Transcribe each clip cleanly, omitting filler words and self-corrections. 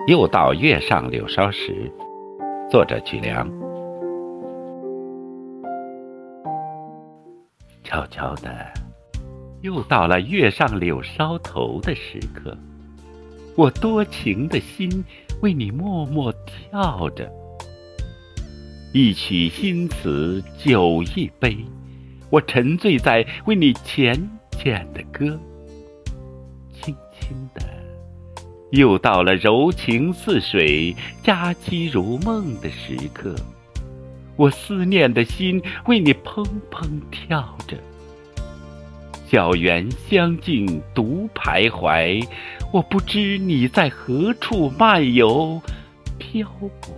又到月上柳梢时，作者曲梁。悄悄的，又到了月上柳梢头的时刻，我多情的心为你默默跳着。一曲新词酒一杯，我沉醉在为你浅浅的歌。轻轻的，又到了柔情似水、佳期如梦的时刻，我思念的心为你怦怦跳着。小园香径独徘徊，我不知你在何处漫游漂泊。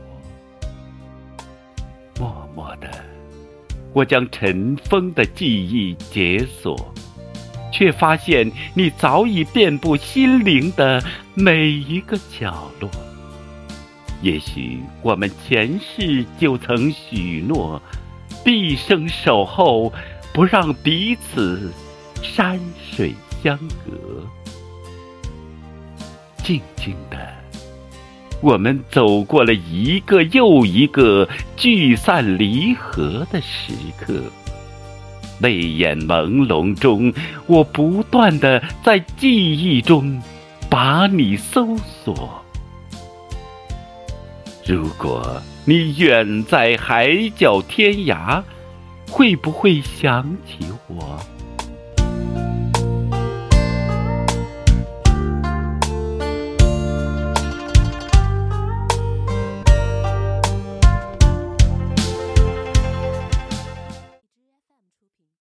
默默的，我将尘封的记忆解锁，却发现你早已遍布心灵的每一个角落。也许我们前世就曾许诺，毕生守候，不让彼此山水相隔。静静的，我们走过了一个又一个聚散离合的时刻。泪眼朦胧中，我不断地在记忆中把你搜索。如果你远在海角天涯，会不会想起我？